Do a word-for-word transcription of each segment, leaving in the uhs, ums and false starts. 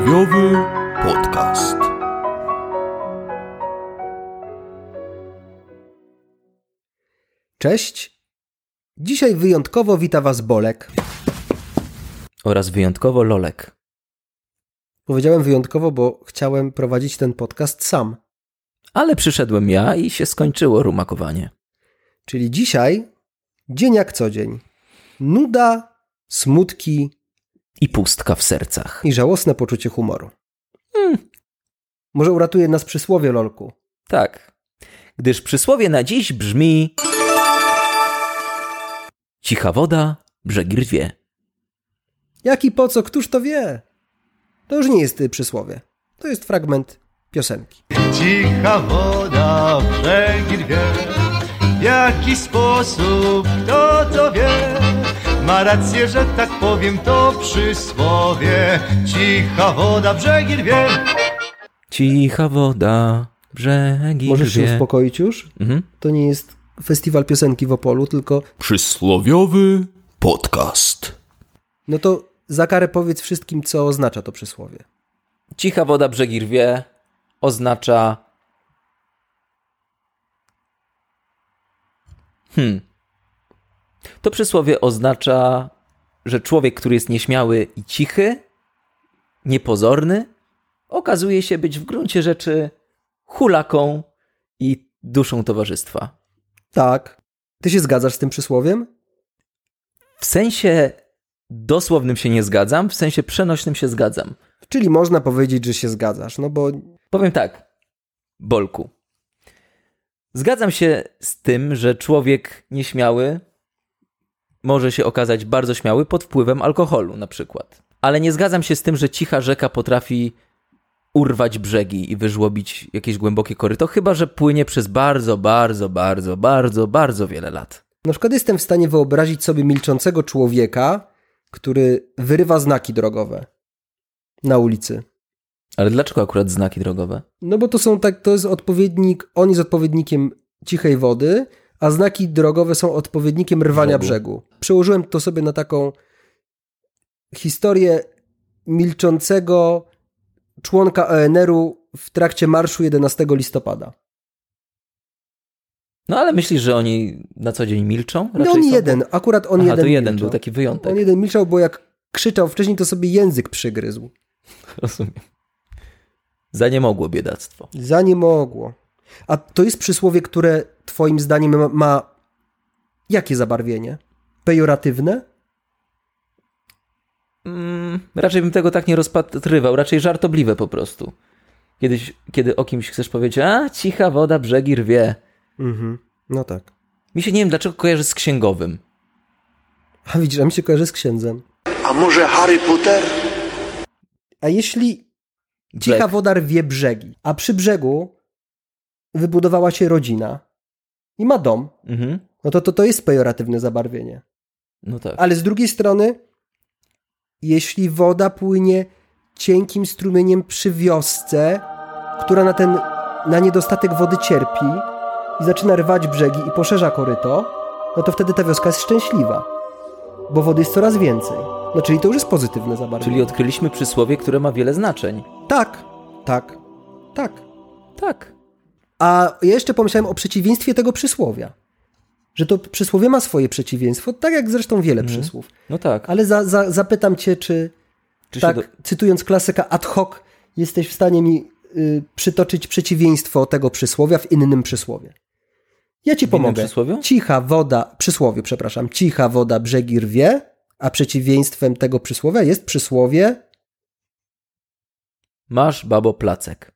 Przysłowiowy podcast. Cześć. Dzisiaj wyjątkowo wita Was Bolek. Oraz wyjątkowo Lolek. Powiedziałem wyjątkowo, bo chciałem prowadzić ten podcast sam. Ale przyszedłem ja i się skończyło rumakowanie. Czyli dzisiaj dzień jak co dzień. Nuda, smutki I pustka w sercach. i żałosne poczucie humoru. Hmm, Może uratuje nas przysłowie, Lolku. tak. Gdyż przysłowie na dziś brzmi: cicha woda, brzegi rwie. Jak i po co, któż to wie? To już nie jest y, przysłowie. To jest fragment piosenki. Cicha woda, brzegi rwie, w jaki sposób, kto to wie? Ma rację, że tak powiem, to przysłowie. Cicha woda, brzegi rwie. Cicha woda, brzegi Możesz się rwie. uspokoić już? Mhm. To nie jest festiwal piosenki w Opolu, tylko... Przysłowiowy podcast. No to za karę powiedz wszystkim, co oznacza to przysłowie. Cicha woda, brzegi rwie oznacza... Hmm. To przysłowie oznacza, że człowiek, który jest nieśmiały i cichy, niepozorny, okazuje się być w gruncie rzeczy hulaką i duszą towarzystwa. Tak. Ty się zgadzasz z tym przysłowiem? W sensie dosłownym się nie zgadzam, w sensie przenośnym się zgadzam. Czyli można powiedzieć, że się zgadzasz, no bo... Powiem tak, Bolku. Zgadzam się z tym, że człowiek nieśmiały może się okazać bardzo śmiały pod wpływem alkoholu na przykład. Ale nie zgadzam się z tym, że cicha rzeka potrafi urwać brzegi i wyżłobić jakieś głębokie koryto, chyba że płynie przez bardzo, bardzo, bardzo, bardzo, bardzo wiele lat. Na przykład jestem w stanie wyobrazić sobie milczącego człowieka, który wyrywa znaki drogowe na ulicy. Ale dlaczego akurat znaki drogowe? No bo to są tak, to jest odpowiednik, on jest odpowiednikiem cichej wody, a znaki drogowe są odpowiednikiem rwania Brzegu. brzegu. Przełożyłem to sobie na taką historię milczącego członka O N R-u w trakcie marszu jedenastego listopada. No ale myślisz, że oni na co dzień milczą? No Raczej on są- jeden, akurat on Aha, jeden to jeden milczał. był taki wyjątek. On jeden milczał, bo jak krzyczał wcześniej, to sobie język przygryzł. Rozumiem. Za nie mogło biedactwo. Za nie mogło. A to jest przysłowie, które twoim zdaniem ma, ma jakie zabarwienie? Pejoratywne? Mm, raczej bym tego tak nie rozpatrywał, raczej żartobliwe po prostu. Kiedyś, kiedy o kimś chcesz powiedzieć, a cicha woda, brzegi rwie. Mhm. No tak. Mi się nie wiem dlaczego kojarzy z księgowym. A widzisz, a mi się kojarzy z księdzem. A może Harry Potter? A jeśli cicha Brzeg. woda rwie brzegi, a przy brzegu wybudowała się rodzina i ma dom, Mhm. no to, to to jest pejoratywne zabarwienie. No tak. Ale z drugiej strony, jeśli woda płynie cienkim strumieniem przy wiosce, która na ten, na niedostatek wody cierpi i zaczyna rwać brzegi i poszerza koryto, no to wtedy ta wioska jest szczęśliwa, bo wody jest coraz więcej. No czyli to już jest pozytywne zabarwienie. Czyli odkryliśmy przysłowie, które ma wiele znaczeń. Tak, tak, tak. Tak. A ja jeszcze pomyślałem o przeciwieństwie tego przysłowia. Że to przysłowie ma swoje przeciwieństwo, tak jak zresztą wiele Mhm. przysłów. No tak. Ale za, za, zapytam cię, czy, Czy tak, się do... cytując klasyka ad hoc, jesteś w stanie mi y, przytoczyć przeciwieństwo tego przysłowia w innym przysłowie. Ja ci W innym pomogę. przysłowiu? Cicha woda, przysłowie, przepraszam, cicha woda brzegi rwie, a przeciwieństwem tego przysłowia jest przysłowie Masz, babo, placek.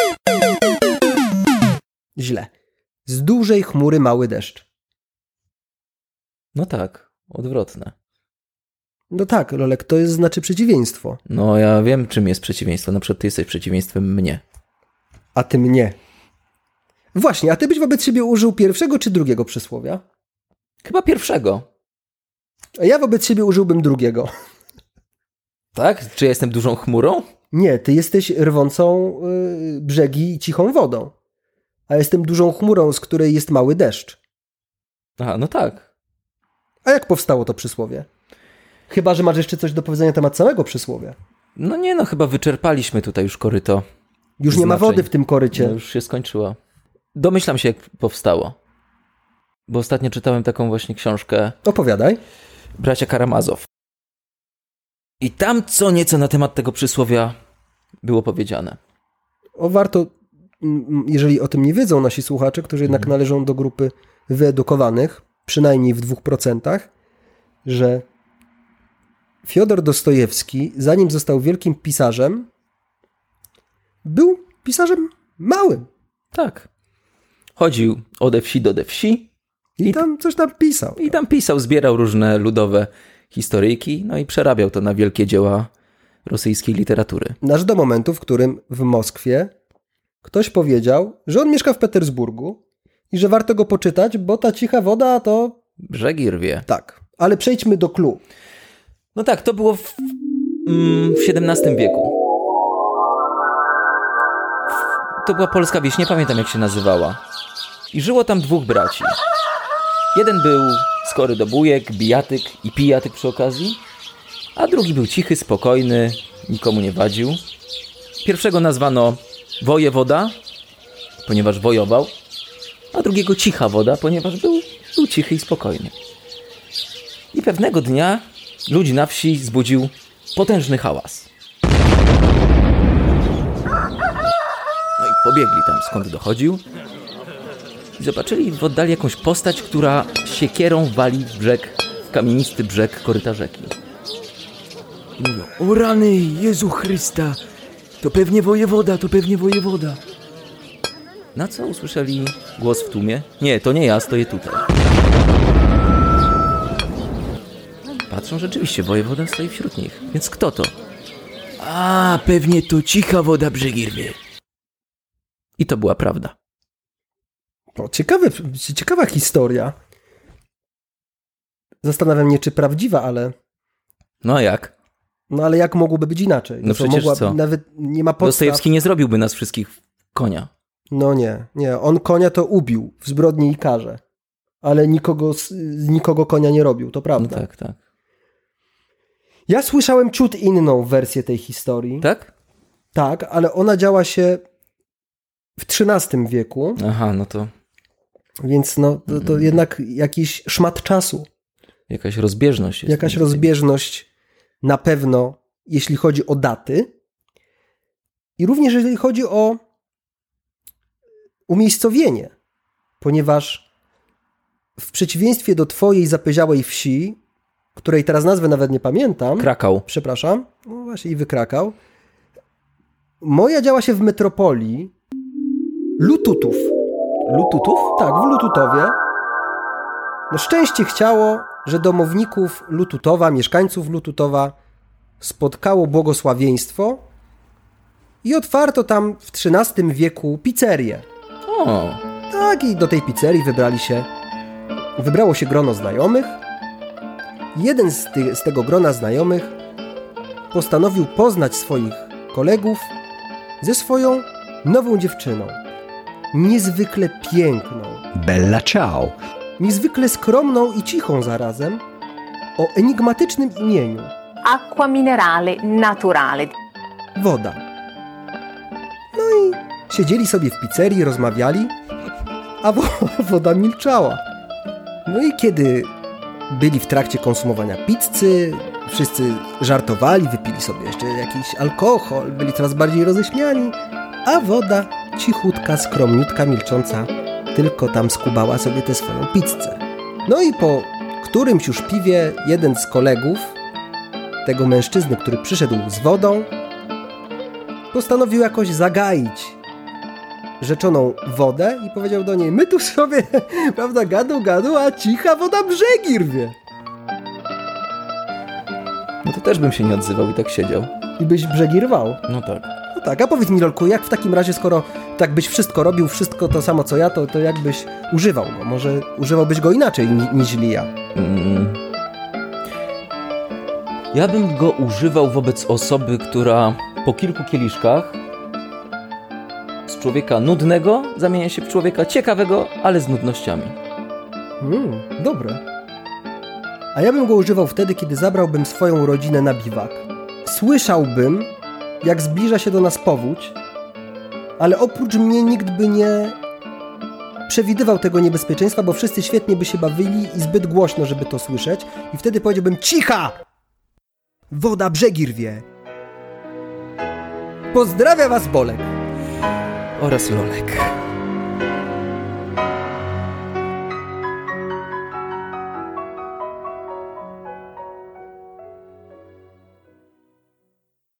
źle. Z dużej chmury mały deszcz. No tak. Odwrotne. No tak, Lolek, to jest znaczy przeciwieństwo. No ja wiem, czym jest przeciwieństwo. Na przykład ty jesteś przeciwieństwem mnie. A ty mnie. Właśnie, a ty byś wobec siebie użył pierwszego czy drugiego przysłowia? Chyba pierwszego. A ja wobec siebie użyłbym drugiego. Tak? Czy ja jestem dużą chmurą? Nie, ty jesteś rwącą y, brzegi i cichą wodą. A jestem dużą chmurą, z której jest mały deszcz. Aha, no tak. A jak powstało to przysłowie? Chyba że masz jeszcze coś do powiedzenia na temat samego przysłowia. No nie no, chyba wyczerpaliśmy tutaj już koryto. Już nie ma znaczeń. wody w tym korycie. No już się skończyło. Domyślam się, jak powstało. Bo ostatnio czytałem taką właśnie książkę Opowiadaj. Bracia Karamazow. I tam co nieco na temat tego przysłowia było powiedziane. O, warto, mm, jeżeli o tym nie wiedzą nasi słuchacze, którzy jednak Mhm. należą do grupy wyedukowanych, przynajmniej w dwóch procentach, że Fiodor Dostojewski, zanim został wielkim pisarzem, był pisarzem małym. Tak. Chodził ode wsi do de wsi I, I- tam coś tam pisał. i tam pisał, zbierał różne ludowe historyjki, no i przerabiał to na wielkie dzieła rosyjskiej literatury. Aż do momentu, w którym w Moskwie ktoś powiedział, że on mieszka w Petersburgu i że warto go poczytać, bo ta cicha woda to Brzegi rwie. tak. Ale przejdźmy do clou. No tak, to było w, mm, w siedemnastym wieku. To była polska wieś, nie pamiętam jak się nazywała. I żyło tam dwóch braci. Jeden był skory do bujek, bijatyk i pijatyk przy okazji, a drugi był cichy, spokojny, nikomu nie wadził. Pierwszego nazwano wojewoda, ponieważ wojował, a drugiego cicha woda, ponieważ był, był cichy i spokojny. I pewnego dnia ludzi na wsi zbudził potężny hałas. No i pobiegli tam, skąd dochodził. I zobaczyli w oddali jakąś postać, która siekierą wali w brzeg, w kamienisty brzeg koryta rzeki. I mówią, O rany, Jezu Chrysta, to pewnie wojewoda, to pewnie wojewoda. na co usłyszeli głos w tłumie? Nie, to nie ja, stoję tutaj. Patrzą, rzeczywiście, wojewoda stoi wśród nich. Więc kto to? A, pewnie to cicha woda brzegi rwie. I to była prawda. No, ciekawe, ciekawa historia. Zastanawiam mnie, czy prawdziwa, ale No a jak? no ale jak mogłoby być inaczej? No co, przecież mogła- co? Nawet nie ma podstaw. Dostojewski nie zrobiłby nas wszystkich w konia. No nie, nie. On konia to ubił w zbrodni i karze. Ale nikogo, z nikogo konia nie robił, to No prawda. tak, tak. Ja słyszałem ciut inną wersję tej historii. Tak? Tak, ale ona działa się w trzynastym wieku, Aha, no to więc no, to, Mm. to jednak jakiś szmat czasu. jakaś rozbieżność jest. Jakaś między tymi. rozbieżność na pewno, jeśli chodzi o daty i również jeżeli chodzi o umiejscowienie, ponieważ w przeciwieństwie do twojej zapyziałej wsi, której teraz nazwę nawet nie pamiętam, Krakał. przepraszam, no właśnie i wykrakał, moja działa się w metropolii Lututów. Lututów? Tak, w Lututowie. No szczęście chciało, że domowników Lututowa, mieszkańców Lututowa spotkało błogosławieństwo i otwarto tam w trzynastym wieku pizzerię. O, Tak, i do tej pizzerii wybrali się, wybrało się grono znajomych. Jeden z, ty, z tego grona znajomych postanowił poznać swoich kolegów ze swoją nową dziewczyną. Niezwykle piękną, Bella ciao. niezwykle skromną i cichą zarazem, o enigmatycznym imieniu Acqua minerale naturale. Woda. No i siedzieli sobie w pizzerii, rozmawiali, a wo- woda milczała. No i kiedy byli w trakcie konsumowania pizzy, wszyscy żartowali, wypili sobie jeszcze jakiś alkohol, byli coraz bardziej roześmiani, a woda cichutka, skromniutka, milcząca, tylko tam skubała sobie tę swoją pizzę. No i po którymś już piwie jeden z kolegów tego mężczyzny, który przyszedł z wodą, postanowił jakoś zagaić rzeczoną wodę i powiedział do niej: my tu sobie, prawda, gadu, gadu, a cicha woda brzegi rwie. no to też bym się nie odzywał i tak siedział. I byś brzegi rwał. No tak. No tak, a powiedz mi, Lolku, jak w takim razie, skoro tak byś wszystko robił, wszystko to samo co ja, to, to jak byś używał go? Może używałbyś go inaczej ni- niż ja? Mm. Ja bym go używał wobec osoby, która po kilku kieliszkach z człowieka nudnego zamienia się w człowieka ciekawego, ale z nudnościami. Mm, dobre. A ja bym go używał wtedy, kiedy zabrałbym swoją rodzinę na biwak. słyszałbym, jak zbliża się do nas powódź, ale oprócz mnie nikt by nie przewidywał tego niebezpieczeństwa, bo wszyscy świetnie by się bawili i zbyt głośno, żeby to słyszeć. I wtedy powiedziałbym: cicha! Woda brzegi rwie. Pozdrawia was Bolek. Oraz Lolek.